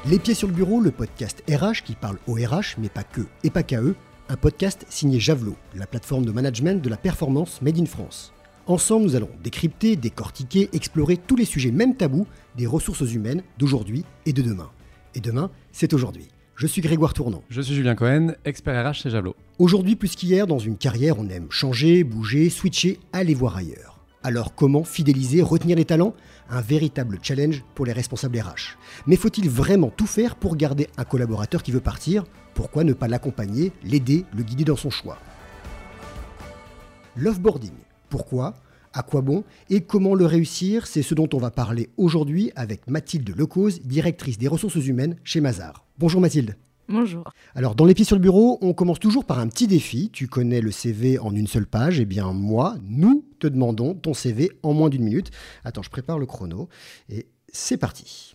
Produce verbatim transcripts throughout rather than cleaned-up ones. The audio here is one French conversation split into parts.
Les Pieds sur le Bureau, le podcast R H qui parle au R H, mais pas que et pas qu'à eux, un podcast signé Javelot, la plateforme de management de la performance made in France. Ensemble, nous allons décrypter, décortiquer, explorer tous les sujets, même tabous, des ressources humaines d'aujourd'hui et de demain. Et demain, c'est aujourd'hui. Je suis Grégoire Tournant. Je suis Julien Cohen, expert R H chez Javelot. Aujourd'hui, plus qu'hier, dans une carrière, on aime changer, bouger, switcher, aller voir ailleurs. Alors comment fidéliser, retenir les talents ? Un véritable challenge pour les responsables R H. Mais faut-il vraiment tout faire pour garder un collaborateur qui veut partir ? Pourquoi ne pas l'accompagner, l'aider, le guider dans son choix ? L'offboarding. Pourquoi ? À quoi bon ? Et comment le réussir ? C'est ce dont on va parler aujourd'hui avec Mathilde Lecause, directrice des ressources humaines chez Mazars. Bonjour Mathilde. Bonjour. Alors, dans les Pieds sur le Bureau, on commence toujours par un petit défi. Tu connais le C V en une seule page. Eh bien, moi, nous te demandons ton C V en moins d'une minute. Attends, je prépare le chrono et c'est parti.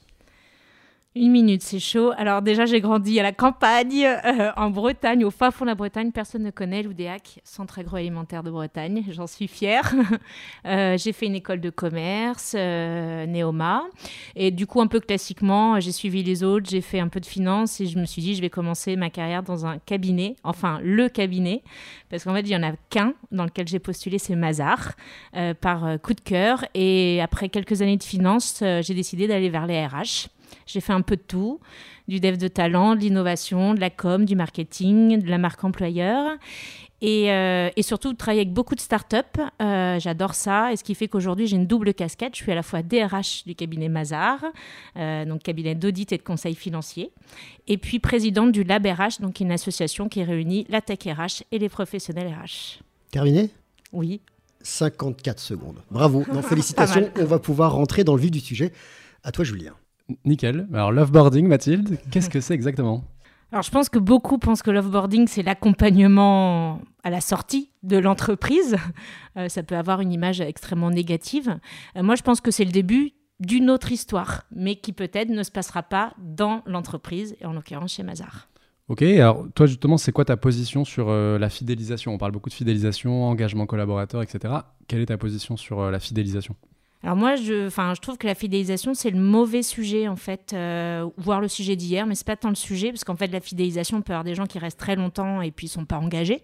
Une minute, c'est chaud. Alors déjà, j'ai grandi à la campagne, euh, en Bretagne, au fin fond de la Bretagne. Personne ne connaît l'U D A C, Centre agroalimentaire de Bretagne. J'en suis fière. euh, j'ai fait une école de commerce, euh, Néoma. Et du coup, un peu classiquement, j'ai suivi les autres. J'ai fait un peu de finance et je me suis dit, je vais commencer ma carrière dans un cabinet. Enfin, le cabinet. Parce qu'en fait, il n'y en a qu'un dans lequel j'ai postulé, c'est Mazars, euh, par euh, coup de cœur. Et après quelques années de finance, euh, j'ai décidé d'aller vers les R H. J'ai fait un peu de tout, du dev de talent, de l'innovation, de la com, du marketing, de la marque employeur et, euh, et surtout de travailler avec beaucoup de startups. Euh, j'adore ça et ce qui fait qu'aujourd'hui j'ai une double casquette. Je suis à la fois D R H du cabinet Mazars, euh, donc cabinet d'audit et de conseil financier, et puis présidente du Lab R H, donc une association qui réunit la tech R H et les professionnels R H. Terminé ? Oui. cinquante-quatre secondes. Bravo. Non, félicitations. On va pouvoir rentrer dans le vif du sujet. À toi, Julien. Nickel. Alors, l'offboarding, Mathilde, qu'est-ce que c'est exactement ? Alors, je pense que beaucoup pensent que l'offboarding, c'est l'accompagnement à la sortie de l'entreprise. Euh, ça peut avoir une image extrêmement négative. Euh, moi, je pense que c'est le début d'une autre histoire, mais qui peut-être ne se passera pas dans l'entreprise, et en l'occurrence chez Mazars. Ok, alors toi, justement, c'est quoi ta position sur euh, la fidélisation ? On parle beaucoup de fidélisation, engagement collaborateur, et cetera. Quelle est ta position sur euh, la fidélisation ? Alors moi, je, enfin, je trouve que la fidélisation, c'est le mauvais sujet, en fait, euh, voire le sujet d'hier, mais c'est pas tant le sujet, parce qu'en fait, la fidélisation, on peut avoir des gens qui restent très longtemps et puis ils sont pas engagés.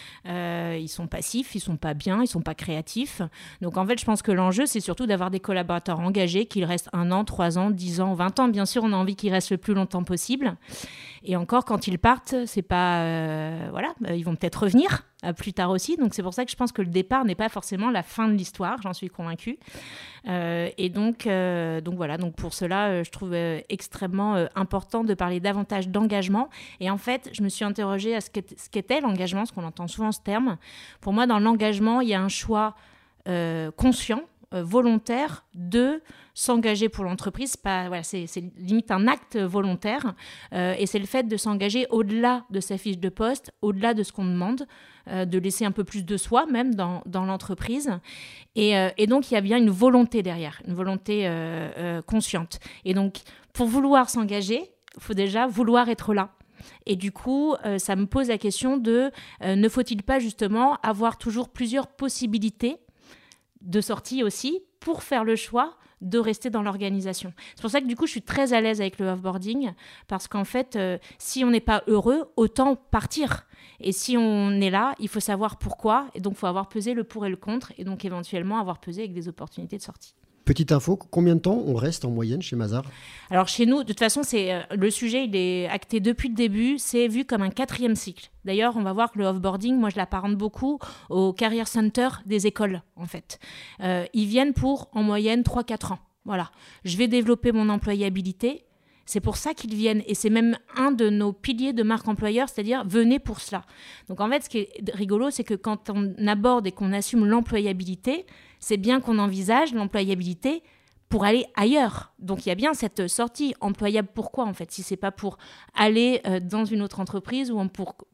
Euh, ils sont passifs, ils sont pas bien, ils sont pas créatifs. Donc en fait, je pense que l'enjeu, c'est surtout d'avoir des collaborateurs engagés, qu'ils restent un an, trois ans, dix ans, vingt ans. Bien sûr, on a envie qu'ils restent le plus longtemps possible. Et encore, quand ils partent, c'est pas, euh, voilà, ils vont peut-être revenir euh, plus tard aussi. Donc c'est pour ça que je pense que le départ n'est pas forcément la fin de l'histoire. J'en suis convaincue. Euh, et donc, euh, donc voilà. Donc pour cela, euh, je trouve euh, extrêmement euh, important de parler davantage d'engagement. Et en fait, je me suis interrogée à ce qu'était, ce qu'était l'engagement, parce qu'on entend souvent ce terme. Pour moi, dans l'engagement, il y a un choix euh, conscient, euh, volontaire de s'engager pour l'entreprise. Pas, voilà, c'est, c'est limite un acte volontaire. Euh, et c'est le fait de s'engager au-delà de sa fiche de poste, au-delà de ce qu'on demande, euh, de laisser un peu plus de soi même dans, dans l'entreprise. Et, euh, et donc, il y a bien une volonté derrière, une volonté euh, euh, consciente. Et donc, pour vouloir s'engager, il faut déjà vouloir être là. Et du coup, euh, ça me pose la question de euh, ne faut-il pas justement avoir toujours plusieurs possibilités de sortie aussi pour faire le choix de rester dans l'organisation. C'est pour ça que du coup, je suis très à l'aise avec le offboarding parce qu'en fait, euh, si on n'est pas heureux, autant partir. Et si on est là, il faut savoir pourquoi. Et donc, il faut avoir pesé le pour et le contre et donc éventuellement avoir pesé avec des opportunités de sortie. Petite info, combien de temps on reste en moyenne chez Mazars ? Alors chez nous, de toute façon, c'est, euh, le sujet il est acté depuis le début, c'est vu comme un quatrième cycle. D'ailleurs, on va voir que le offboarding, moi je l'apparente beaucoup au career center des écoles en fait. Euh, ils viennent pour en moyenne trois à quatre ans. Voilà, je vais développer mon employabilité. C'est pour ça qu'ils viennent et c'est même un de nos piliers de marque employeur, c'est-à-dire venez pour cela. Donc en fait, ce qui est rigolo, c'est que quand on aborde et qu'on assume l'employabilité, c'est bien qu'on envisage l'employabilité pour aller ailleurs. Donc il y a bien cette sortie employable. Pourquoi en fait ? Si c'est pas pour aller euh, dans une autre entreprise ou pour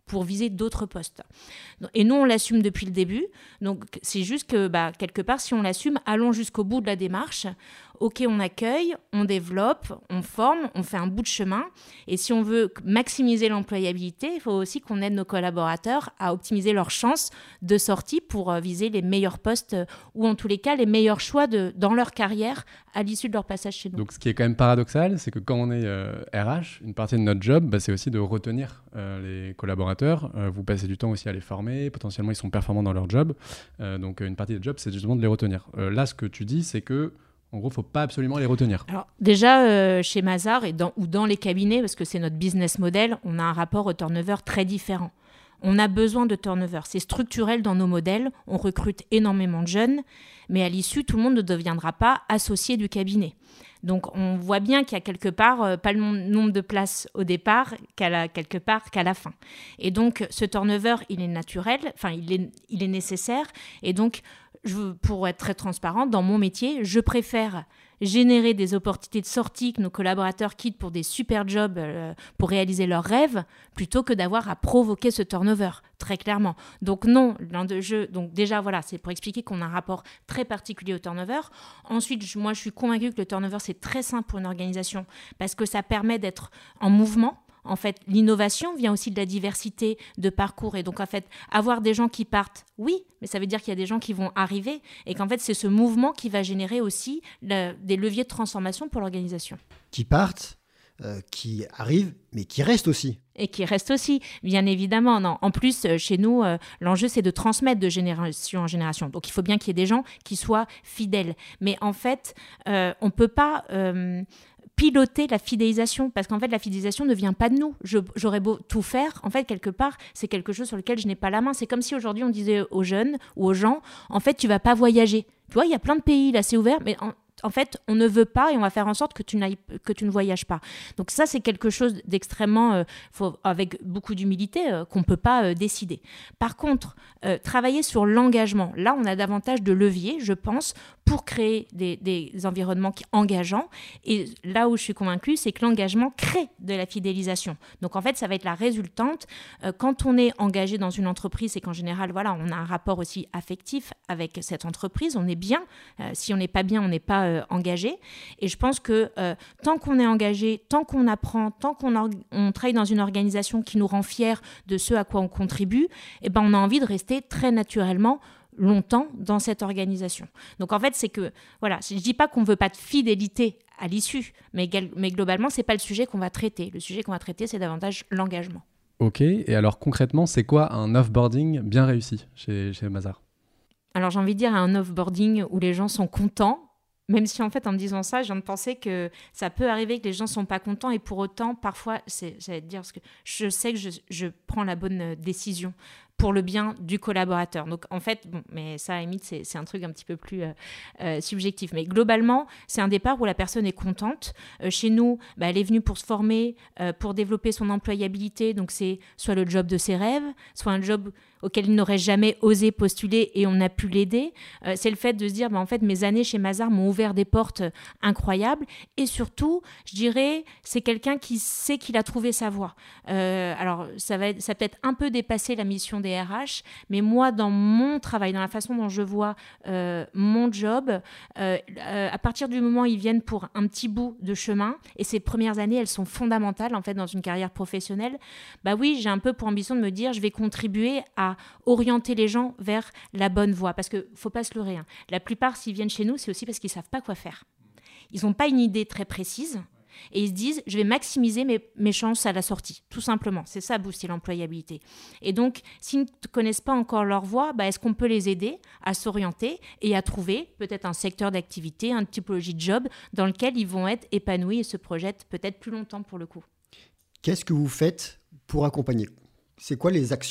pour viser d'autres postes. Et nous, on l'assume depuis le début. Donc, c'est juste que, bah, quelque part, si on l'assume, allons jusqu'au bout de la démarche. Ok, on accueille, on développe, on forme, on fait un bout de chemin. Et si on veut maximiser l'employabilité, il faut aussi qu'on aide nos collaborateurs à optimiser leurs chances de sortie pour euh, viser les meilleurs postes euh, ou en tous les cas les meilleurs choix de, dans leur carrière à l'issue de leur passage chez nous. Donc ce qui est quand même paradoxal, c'est que quand on est euh, R H, une partie de notre job, bah, c'est aussi de retenir euh, les collaborateurs. Euh, vous passez du temps aussi à les former, potentiellement ils sont performants dans leur job. Euh, donc une partie du job, c'est justement de les retenir. Euh, là, ce que tu dis, c'est que en gros, il ne faut pas absolument les retenir. Alors, déjà, euh, chez Mazars et dans, ou dans les cabinets, parce que c'est notre business model, on a un rapport au turnover très différent. On a besoin de turnover. C'est structurel dans nos modèles. On recrute énormément de jeunes, mais à l'issue, tout le monde ne deviendra pas associé du cabinet. Donc, on voit bien qu'il y a quelque part euh, pas le nombre de places au départ, qu'à la, quelque part qu'à la fin. Et donc, ce turnover, il est naturel, enfin, il est, il est nécessaire. Et donc, je, pour être très transparente, dans mon métier, je préfère générer des opportunités de sortie que nos collaborateurs quittent pour des super jobs euh, pour réaliser leurs rêves, plutôt que d'avoir à provoquer ce turnover, très clairement. Donc non, l'un de jeu, donc déjà voilà, c'est pour expliquer qu'on a un rapport très particulier au turnover. Ensuite, je, moi je suis convaincue que le turnover c'est très sain pour une organisation parce que ça permet d'être en mouvement. En fait, l'innovation vient aussi de la diversité de parcours. Et donc, en fait, avoir des gens qui partent, oui, mais ça veut dire qu'il y a des gens qui vont arriver et qu'en fait, c'est ce mouvement qui va générer aussi le, des leviers de transformation pour l'organisation. Qui partent, euh, qui arrivent, mais qui restent aussi. Et qui restent aussi, bien évidemment. Non. En plus, euh, chez nous, euh, l'enjeu, c'est de transmettre de génération en génération. Donc, il faut bien qu'il y ait des gens qui soient fidèles. Mais en fait, euh, on ne peut pas... Euh, piloter la fidélisation, parce qu'en fait, la fidélisation ne vient pas de nous. Je, j'aurais beau tout faire, en fait, quelque part, c'est quelque chose sur lequel je n'ai pas la main. C'est comme si aujourd'hui, on disait aux jeunes ou aux gens, en fait, tu vas pas voyager. Tu vois, il y a plein de pays, là, c'est ouvert, mais en, en fait, on ne veut pas et on va faire en sorte que tu, n'ailles, que tu ne voyages pas. Donc ça, c'est quelque chose d'extrêmement, euh, faut, avec beaucoup d'humilité, euh, qu'on ne peut pas euh, décider. Par contre, euh, travailler sur l'engagement, là, on a davantage de leviers, je pense, pour créer des, des environnements qui, engageants. Et là où je suis convaincue, c'est que l'engagement crée de la fidélisation. Donc en fait, ça va être la résultante. Euh, quand on est engagé dans une entreprise, c'est qu'en général, voilà, on a un rapport aussi affectif avec cette entreprise. On est bien. Euh, si on n'est pas bien, on n'est pas euh, engagé. Et je pense que euh, tant qu'on est engagé, tant qu'on apprend, tant qu'on or- on travaille dans une organisation qui nous rend fiers de ce à quoi on contribue, eh ben, on a envie de rester très naturellement longtemps dans cette organisation. Donc en fait, c'est que, voilà, je ne dis pas qu'on ne veut pas de fidélité à l'issue, mais, mais globalement, ce n'est pas le sujet qu'on va traiter. Le sujet qu'on va traiter, c'est davantage l'engagement. Ok, et alors concrètement, c'est quoi un offboarding bien réussi chez, chez Mazars ? Alors j'ai envie de dire un offboarding où les gens sont contents, même si en fait en me disant ça, je viens de penser que ça peut arriver que les gens ne sont pas contents et pour autant, parfois, c'est, j'allais te dire, parce que je sais que je, je prends la bonne décision pour le bien du collaborateur. Donc en fait, bon, mais ça à la limite, c'est, c'est un truc un petit peu plus euh, euh, subjectif. Mais globalement, c'est un départ où la personne est contente. Euh, chez nous, bah, elle est venue pour se former, euh, pour développer son employabilité. Donc c'est soit le job de ses rêves, soit un job auquel il n'aurait jamais osé postuler et on a pu l'aider. Euh, c'est le fait de se dire, bah, en fait, mes années chez Mazars m'ont ouvert des portes incroyables. Et surtout, je dirais, c'est quelqu'un qui sait qu'il a trouvé sa voie. Euh, alors, ça va, être, ça peut être un peu dépasser la mission des R H, mais moi, dans mon travail, dans la façon dont je vois euh, mon job, euh, euh, à partir du moment où ils viennent pour un petit bout de chemin, et ces premières années, elles sont fondamentales, en fait, dans une carrière professionnelle, bah oui, j'ai un peu pour ambition de me dire, je vais contribuer à orienter les gens vers la bonne voie. Parce qu'il ne faut pas se leurrer. Hein. La plupart, s'ils viennent chez nous, c'est aussi parce qu'ils ne savent pas quoi faire. Ils n'ont pas une idée très précise et ils se disent, je vais maximiser mes, mes chances à la sortie, tout simplement. C'est ça, booster l'employabilité. Et donc, s'ils ne connaissent pas encore leur voie, bah, est-ce qu'on peut les aider à s'orienter et à trouver peut-être un secteur d'activité, une typologie de job dans lequel ils vont être épanouis et se projettent peut-être plus longtemps pour le coup. Qu'est-ce que vous faites pour accompagner ? C'est quoi les actions ?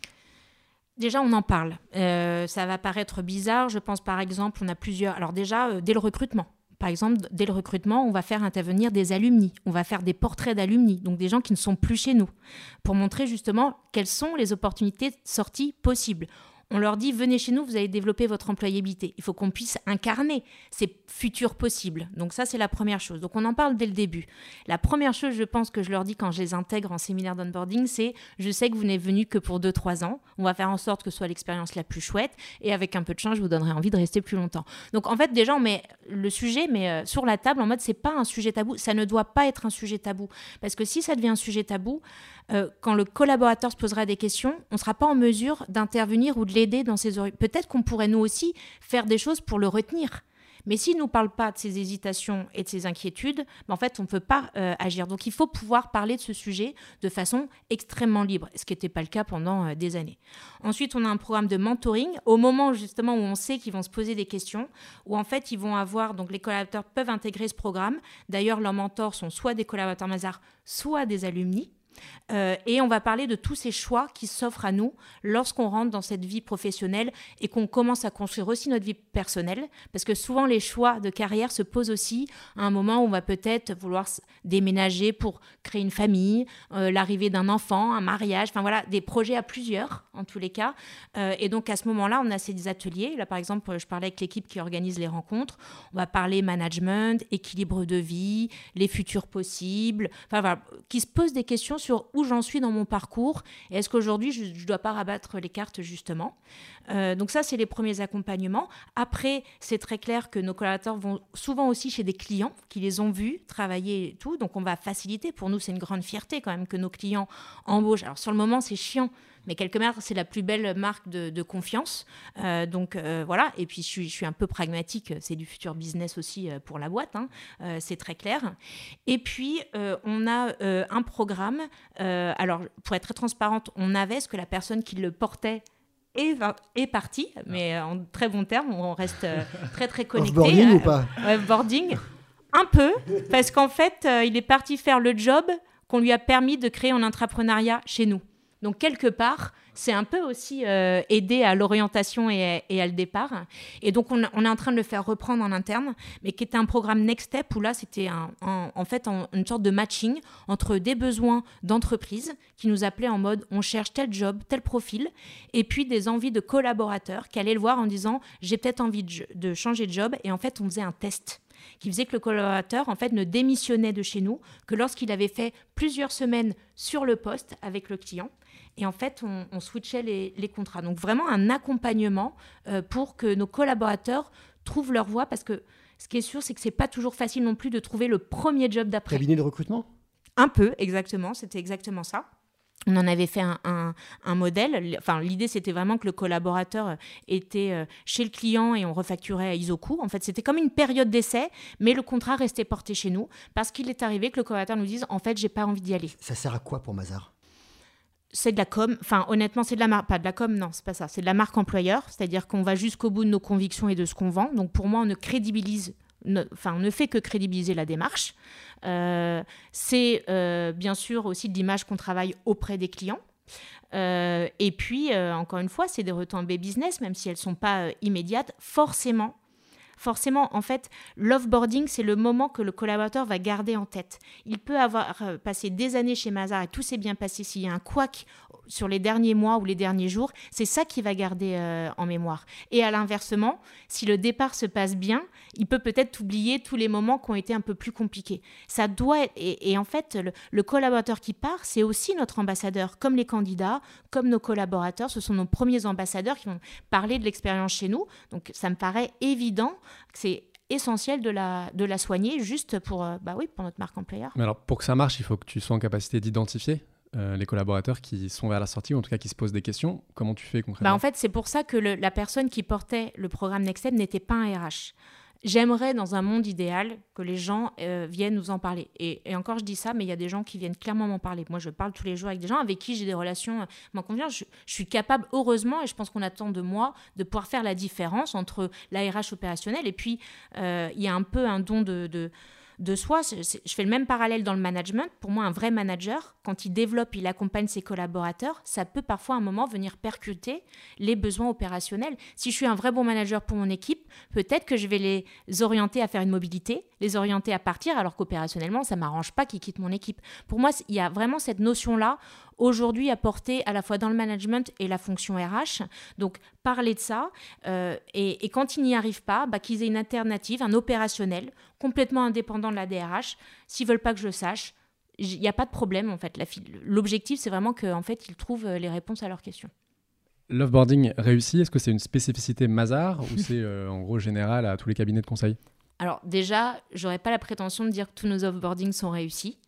Déjà, on en parle. Euh, ça va paraître bizarre. Je pense, par exemple, on a plusieurs... Alors déjà, euh, dès le recrutement. Par exemple, dès le recrutement, on va faire intervenir des alumni. On va faire des portraits d'alumni, donc des gens qui ne sont plus chez nous, pour montrer justement quelles sont les opportunités de sortie possibles. on leur dit « Venez chez nous, vous allez développer votre employabilité ». Il faut qu'on puisse incarner ces futurs possibles. Donc ça, c'est la première chose. Donc on en parle dès le début. La première chose, je pense, que je leur dis quand je les intègre en séminaire d'onboarding, c'est « Je sais que vous n'êtes venus que pour deux trois ans. On va faire en sorte que ce soit l'expérience la plus chouette et avec un peu de chance, je vous donnerai envie de rester plus longtemps. » Donc en fait, déjà, on met le sujet mais, euh, sur la table en mode « C'est pas un sujet tabou. Ça ne doit pas être un sujet tabou. » Parce que si ça devient un sujet tabou, euh, quand le collaborateur se posera des questions, on ne sera pas en mesure d'intervenir ou de l'aider dans ses oreilles. Peut-être qu'on pourrait nous aussi faire des choses pour le retenir. Mais s'il ne nous parle pas de ses hésitations et de ses inquiétudes, ben en fait, on ne peut pas euh, agir. Donc, il faut pouvoir parler de ce sujet de façon extrêmement libre, ce qui n'était pas le cas pendant euh, des années. Ensuite, on a un programme de mentoring au moment justement où on sait qu'ils vont se poser des questions, où en fait, ils vont avoir, donc les collaborateurs peuvent intégrer ce programme. D'ailleurs, leurs mentors sont soit des collaborateurs Mazars, soit des alumni. Euh, et on va parler de tous ces choix qui s'offrent à nous lorsqu'on rentre dans cette vie professionnelle et qu'on commence à construire aussi notre vie personnelle, parce que souvent les choix de carrière se posent aussi à un moment où on va peut-être vouloir déménager pour créer une famille, euh, l'arrivée d'un enfant, un mariage, enfin voilà, des projets à plusieurs en tous les cas. Euh, et donc à ce moment-là, on a ces ateliers. Là par exemple, je parlais avec l'équipe qui organise les rencontres. On va parler management, équilibre de vie, les futurs possibles, enfin voilà, qui se posent des questions sur sur où j'en suis dans mon parcours et est-ce qu'aujourd'hui je ne dois pas rabattre les cartes justement. Euh, donc ça, c'est les premiers accompagnements. Après, c'est très clair que nos collaborateurs vont souvent aussi chez des clients qui les ont vus travailler et tout, donc on va faciliter. Pour nous, c'est une grande fierté quand même que nos clients embauchent. Alors sur le moment, c'est chiant, mais quelque part, c'est la plus belle marque de, de confiance. Euh, donc euh, voilà, et puis je suis, je suis un peu pragmatique, c'est du futur business aussi euh, pour la boîte, hein. euh, c'est très clair. Et puis, euh, on a euh, un programme, euh, alors pour être très transparente, on avait ce que la personne qui le portait est, est partie, mais en très bon terme, on reste euh, très très connecté. Offboarding euh, ou pas Offboarding, un peu, parce qu'en fait, euh, il est parti faire le job qu'on lui a permis de créer en intrapreneuriat chez nous. Donc, quelque part, c'est un peu aussi euh, aider à l'orientation et, et à le départ. Et donc, on, on est en train de le faire reprendre en interne, mais qui était un programme Next Step où là, c'était un, un, en fait un, une sorte de matching entre des besoins d'entreprise qui nous appelaient en mode on cherche tel job, tel profil, et puis des envies de collaborateurs qui allaient le voir en disant j'ai peut-être envie de, de changer de job. Et en fait, on faisait un test qui faisait que le collaborateur en fait, ne démissionnait de chez nous que lorsqu'il avait fait plusieurs semaines sur le poste avec le client. Et en fait, on, on switchait les, les contrats. Donc, vraiment un accompagnement euh, pour que nos collaborateurs trouvent leur voie. Parce que ce qui est sûr, c'est que ce n'est pas toujours facile non plus de trouver le premier job d'après. Cabinet de recrutement ? Un peu, exactement. C'était exactement ça. On en avait fait un, un, un modèle. Enfin, l'idée, c'était vraiment que le collaborateur était chez le client et on refacturait à Isoku. En fait, c'était comme une période d'essai, mais le contrat restait porté chez nous parce qu'il est arrivé que le collaborateur nous dise « En fait, j'ai pas envie d'y aller ». Ça sert à quoi pour Mazars ? C'est de la com. Enfin, honnêtement, c'est de la marque. Pas de la com, non, c'est pas ça. C'est de la marque employeur. C'est-à-dire qu'on va jusqu'au bout de nos convictions et de ce qu'on vend. Donc, pour moi, on ne crédibilise... Ne, enfin, on ne fait que crédibiliser la démarche. Euh, c'est euh, bien sûr aussi de l'image qu'on travaille auprès des clients. Euh, et puis, euh, encore une fois, c'est des retombées business, même si elles ne sont pas euh, immédiates. Forcément, forcément, en fait, l'offboarding, c'est le moment que le collaborateur va garder en tête. Il peut avoir euh, passé des années chez Mazars et tout s'est bien passé. S'il y a un couac sur les derniers mois ou les derniers jours, c'est ça qu'il va garder euh, en mémoire. Et à l'inversement, si le départ se passe bien, il peut peut-être oublier tous les moments qui ont été un peu plus compliqués. Ça doit être, et, et en fait, le, le collaborateur qui part, c'est aussi notre ambassadeur, comme les candidats, comme nos collaborateurs. Ce sont nos premiers ambassadeurs qui vont parler de l'expérience chez nous. Donc, ça me paraît évident que c'est essentiel de la, de la soigner juste pour, euh, bah oui, pour notre marque employeur. Mais alors, pour que ça marche, il faut que tu sois en capacité d'identifier Euh, les collaborateurs qui sont vers la sortie, ou en tout cas qui se posent des questions. Comment tu fais concrètement ? Bah en fait, c'est pour ça que le, la personne qui portait le programme Next Step n'était pas un R H. J'aimerais, dans un monde idéal, que les gens euh, viennent nous en parler. Et, et encore, je dis ça, mais il y a des gens qui viennent clairement m'en parler. Moi, je parle tous les jours avec des gens avec qui j'ai des relations, euh, m'en convient. Je, je suis capable, heureusement, et je pense qu'on attend de moi, de pouvoir faire la différence entre la R H opérationnelle et puis euh, il y a un peu un don de... de de soi. C'est, c'est, je fais le même parallèle dans le management. Pour moi, un vrai manager, quand il développe, il accompagne ses collaborateurs, ça peut parfois à un moment venir percuter les besoins opérationnels. Si je suis un vrai bon manager pour mon équipe, peut-être que je vais les orienter à faire une mobilité, les orienter à partir, alors qu'opérationnellement, ça ne m'arrange pas qu'ils quittent mon équipe. Pour moi, il y a vraiment cette notion-là aujourd'hui à porter à la fois dans le management et la fonction R H. Donc, parler de ça. Euh, et, et quand ils n'y arrivent pas, bah, qu'ils aient une alternative, un opérationnel, complètement indépendant de la D R H. S'ils ne veulent pas que je le sache, il n'y a pas de problème, en fait. La, l'objectif, c'est vraiment qu'en fait, ils trouvent les réponses à leurs questions. L'offboarding réussi, est-ce que c'est une spécificité Mazars ou c'est euh, en gros général à tous les cabinets de conseil? Alors déjà, je n'aurais pas la prétention de dire que tous nos offboardings sont réussis.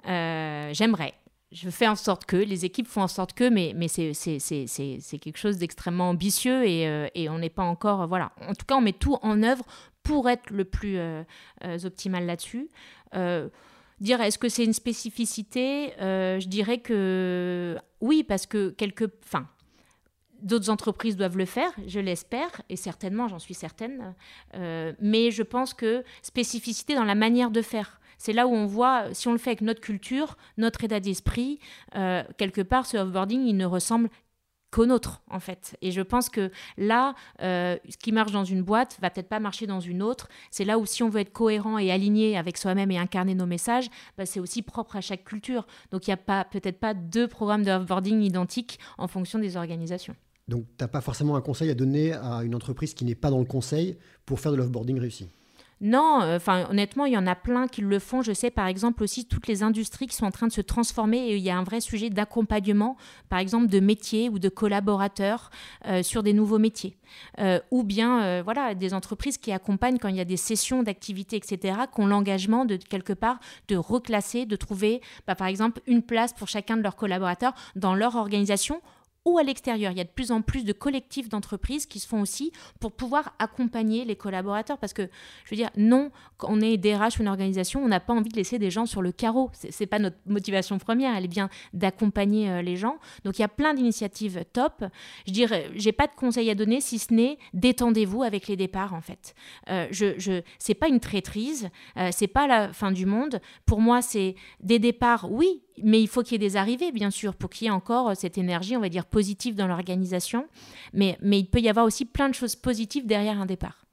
Euh, j'aimerais. Je fais en sorte que, les équipes font en sorte que, mais, mais c'est, c'est, c'est, c'est, c'est quelque chose d'extrêmement ambitieux et, euh, et on n'est pas encore... Euh, voilà. En tout cas, on met tout en œuvre pour être le plus euh, euh, optimal là-dessus. Euh, dire est-ce que c'est une spécificité, euh, je dirais que oui, parce que quelque... Enfin, d'autres entreprises doivent le faire, je l'espère, et certainement, j'en suis certaine. Euh, mais je pense que spécificité dans la manière de faire. C'est là où on voit, si on le fait avec notre culture, notre état d'esprit, euh, quelque part, ce offboarding, il ne ressemble qu'au nôtre, en fait. Et je pense que là, euh, ce qui marche dans une boîte va peut-être pas marcher dans une autre. C'est là où, si on veut être cohérent et aligné avec soi-même et incarner nos messages, bah, c'est aussi propre à chaque culture. Donc, il n'y a pas, peut-être pas deux programmes de offboarding identiques en fonction des organisations. Donc, tu n'as pas forcément un conseil à donner à une entreprise qui n'est pas dans le conseil pour faire de l'offboarding réussi? Non, enfin, euh, honnêtement, il y en a plein qui le font. Je sais, par exemple, aussi toutes les industries qui sont en train de se transformer et il y a un vrai sujet d'accompagnement, par exemple, de métiers ou de collaborateurs euh, sur des nouveaux métiers. Euh, ou bien, euh, voilà, des entreprises qui accompagnent quand il y a des sessions d'activités, et cetera, qui ont l'engagement de, quelque part, de reclasser, de trouver, bah, par exemple, une place pour chacun de leurs collaborateurs dans leur organisation ou à l'extérieur. Il y a de plus en plus de collectifs d'entreprises qui se font aussi pour pouvoir accompagner les collaborateurs. Parce que, je veux dire, non, quand on est D R H ou une organisation, on n'a pas envie de laisser des gens sur le carreau. Ce n'est pas notre motivation première, elle est bien d'accompagner euh, les gens. Donc, il y a plein d'initiatives top. Je dirais, je n'ai pas de conseils à donner, si ce n'est détendez-vous avec les départs, en fait. Euh, je, je, ce n'est pas une traîtrise, euh, ce n'est pas la fin du monde. Pour moi, c'est des départs, oui, mais il faut qu'il y ait des arrivées, bien sûr, pour qu'il y ait encore cette énergie, on va dire, positive dans l'organisation. Mais, mais il peut y avoir aussi plein de choses positives derrière un départ.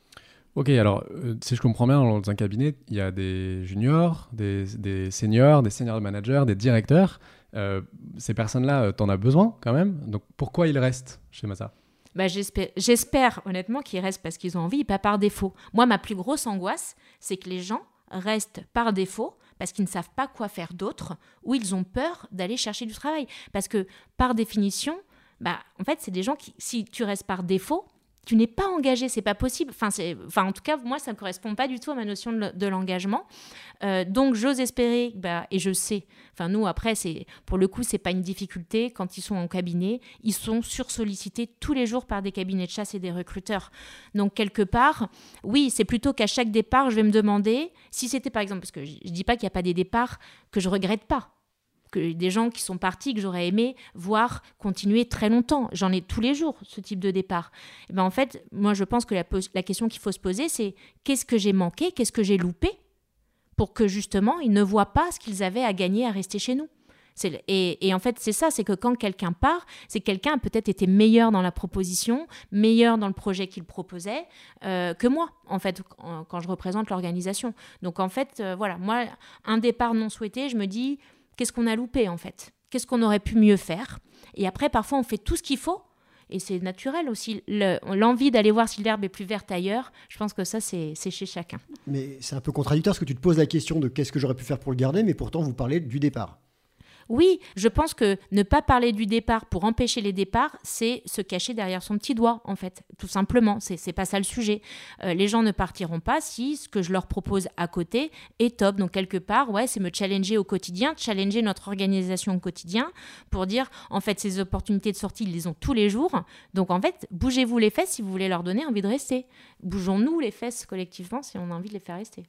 Ok, alors, euh, si je comprends bien, dans un cabinet, il y a des juniors, des, des seniors, des senior managers, des directeurs. Euh, ces personnes-là, tu en as besoin quand même. Donc, pourquoi ils restent chez Mazars? Bah, j'espère, j'espère honnêtement qu'ils restent parce qu'ils ont envie et pas par défaut. Moi, ma plus grosse angoisse, c'est que les gens restent par défaut parce qu'ils ne savent pas quoi faire d'autre, ou ils ont peur d'aller chercher du travail. Parce que, par définition, bah, en fait, c'est des gens qui, si tu restes par défaut, tu n'es pas engagé, c'est pas possible. Enfin, c'est, enfin, en tout cas, moi, ça ne correspond pas du tout à ma notion de, de l'engagement. Euh, donc, j'ose espérer, bah, et je sais, enfin, nous, après, c'est, pour le coup, c'est pas une difficulté. Quand ils sont en cabinet, ils sont sursollicités tous les jours par des cabinets de chasse et des recruteurs. Donc, quelque part, oui, c'est plutôt qu'à chaque départ, je vais me demander, si c'était par exemple, parce que je ne dis pas qu'il n'y a pas des départs que je regrette pas, que des gens qui sont partis, que j'aurais aimé voir continuer très longtemps. J'en ai tous les jours, ce type de départ. Et ben en fait, moi, je pense que la, la question qu'il faut se poser, c'est qu'est-ce que j'ai manqué, qu'est-ce que j'ai loupé pour que, justement, ils ne voient pas ce qu'ils avaient à gagner à rester chez nous. C'est, et, et en fait, c'est ça, c'est que quand quelqu'un part, c'est que quelqu'un a peut-être été meilleur dans la proposition, meilleur dans le projet qu'il proposait euh, que moi, en fait, quand, quand je représente l'organisation. Donc, en fait, euh, voilà, moi, un départ non souhaité, je me dis... Qu'est-ce qu'on a loupé, en fait? Qu'est-ce qu'on aurait pu mieux faire? Et après, parfois, on fait tout ce qu'il faut. Et c'est naturel aussi. Le, l'envie d'aller voir si l'herbe est plus verte ailleurs, je pense que ça, c'est, c'est chez chacun. Mais c'est un peu contradictoire parce que tu te poses la question de qu'est-ce que j'aurais pu faire pour le garder, mais pourtant, vous parlez du départ. Oui, je pense que ne pas parler du départ pour empêcher les départs, c'est se cacher derrière son petit doigt, en fait, tout simplement. C'est, c'est pas ça le sujet. Euh, les gens ne partiront pas si ce que je leur propose à côté est top. Donc, quelque part, ouais, c'est me challenger au quotidien, challenger notre organisation au quotidien pour dire, en fait, ces opportunités de sortie, ils les ont tous les jours. Donc, en fait, bougez-vous les fesses si vous voulez leur donner envie de rester. Bougeons-nous les fesses collectivement si on a envie de les faire rester.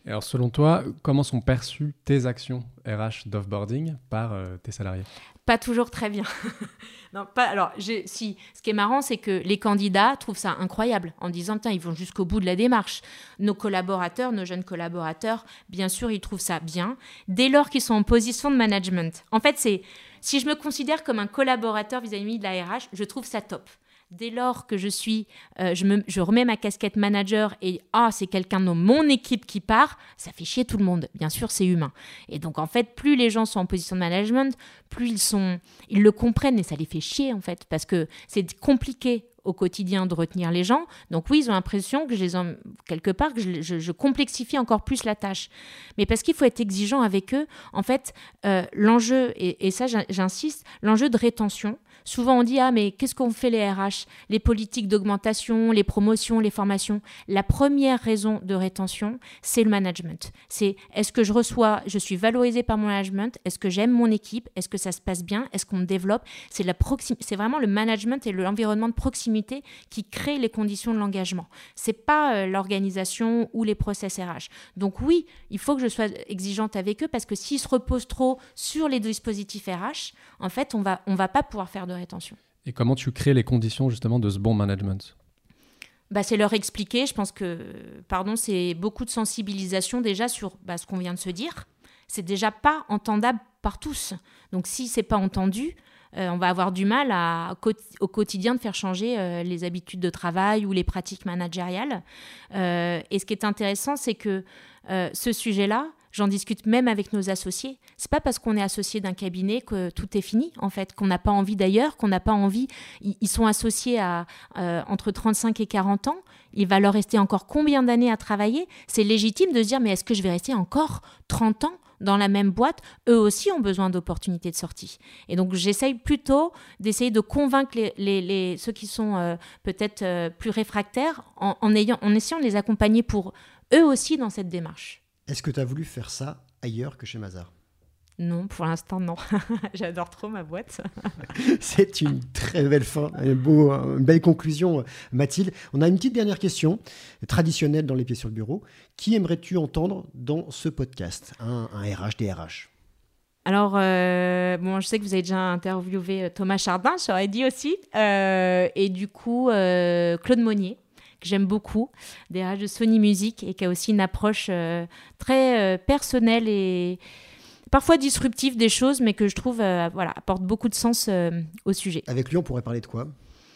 Et alors, selon toi, comment sont perçues tes actions R H d'offboarding par euh, tes salariés ? Pas toujours très bien. non, pas, alors, j'ai, si, ce qui est marrant, c'est que les candidats trouvent ça incroyable en disant, putain, ils vont jusqu'au bout de la démarche. Nos collaborateurs, nos jeunes collaborateurs, bien sûr, ils trouvent ça bien, dès lors qu'ils sont en position de management. En fait, c'est, si je me considère comme un collaborateur vis-à-vis de la R H, je trouve ça top. Dès lors que je suis, euh, je, me, je remets ma casquette manager et ah, c'est quelqu'un de mon équipe qui part, ça fait chier tout le monde. Bien sûr, c'est humain. Et donc, en fait, plus les gens sont en position de management, plus ils sont, ils le comprennent et ça les fait chier, en fait, parce que c'est compliqué au quotidien de retenir les gens. Donc oui, ils ont l'impression que je les en... quelque part, que je, je, je complexifie encore plus la tâche. Mais parce qu'il faut être exigeant avec eux, en fait, euh, l'enjeu, et, et ça j'insiste, l'enjeu de rétention, souvent on dit, ah mais qu'est-ce qu'on fait les R H ? Les politiques d'augmentation, les promotions, les formations. La première raison de rétention, c'est le management. C'est est-ce que je reçois, je suis valorisé par mon management ? Est-ce que j'aime mon équipe ? Est-ce que ça se passe bien ? Est-ce qu'on me développe ? C'est, la proxim... c'est vraiment le management et l'environnement de proximité qui crée les conditions de l'engagement. C'est pas euh, l'organisation ou les process R H. Donc oui, il faut que je sois exigeante avec eux parce que s'ils se reposent trop sur les dispositifs R H, en fait, on va, on va pas pouvoir faire de rétention. Et comment tu crées les conditions justement de ce bon management ? Bah, c'est leur expliquer. Je pense que, pardon, c'est beaucoup de sensibilisation déjà sur bah, ce qu'on vient de se dire. C'est déjà pas entendable par tous. Donc si c'est pas entendu, Euh, on va avoir du mal à, au quotidien de faire changer euh, les habitudes de travail ou les pratiques managériales. Euh, et ce qui est intéressant, c'est que euh, ce sujet-là, j'en discute même avec nos associés. C'est pas parce qu'on est associé d'un cabinet que tout est fini, en fait, qu'on n'a pas envie d'ailleurs, qu'on n'a pas envie. Ils, ils sont associés à euh, entre trente-cinq et quarante ans. Il va leur rester encore combien d'années à travailler ? C'est légitime de se dire, mais est-ce que je vais rester encore trente ans dans la même boîte ? Eux aussi ont besoin d'opportunités de sortie. Et donc, j'essaye plutôt d'essayer de convaincre les, les, les, ceux qui sont euh, peut-être euh, plus réfractaires en, en, ayant, en essayant de les accompagner pour eux aussi dans cette démarche. Est-ce que tu as voulu faire ça ailleurs que chez Mazars ? Non, pour l'instant, non. J'adore trop ma boîte. C'est une très belle fin, un beau, une belle conclusion, Mathilde. On a une petite dernière question, traditionnelle dans Les Pieds sur le Bureau. Qui aimerais-tu entendre dans ce podcast ? Un, un R H, des R H ? Alors, euh, bon, je sais que vous avez déjà interviewé Thomas Chardin, j'aurais dit aussi. Euh, et du coup, euh, Claude Monnier, que j'aime beaucoup, des R H de Sony Music, et qui a aussi une approche euh, très euh, personnelle et parfois disruptive des choses, mais que je trouve euh, voilà, apporte beaucoup de sens euh, au sujet. Avec lui, on pourrait parler de quoi ?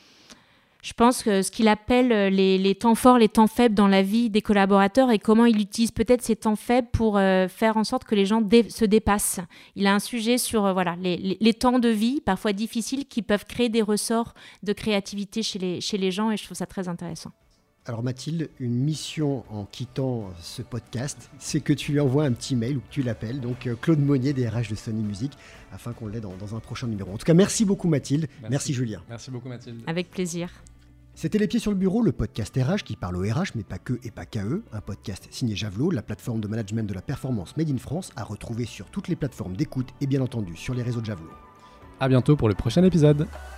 Je pense que ce qu'il appelle les, les temps forts, les temps faibles dans la vie des collaborateurs et comment il utilise peut-être ces temps faibles pour euh, faire en sorte que les gens dé- se dépassent. Il a un sujet sur euh, voilà, les, les, les temps de vie, parfois difficiles, qui peuvent créer des ressorts de créativité chez les, chez les gens et je trouve ça très intéressant. Alors Mathilde, une mission en quittant ce podcast, c'est que tu lui envoies un petit mail ou que tu l'appelles, donc euh, Claude Monnier des R H de Sony Music, afin qu'on l'ait dans, dans un prochain numéro. En tout cas, merci beaucoup Mathilde, merci, merci Julien. Merci beaucoup Mathilde. Avec plaisir. C'était Les Pieds sur le Bureau, le podcast R H qui parle au R H, mais pas que et pas qu'à eux. Un podcast signé Javelot, la plateforme de management de la performance Made in France, à retrouver sur toutes les plateformes d'écoute et bien entendu sur les réseaux de Javelot. À bientôt pour le prochain épisode.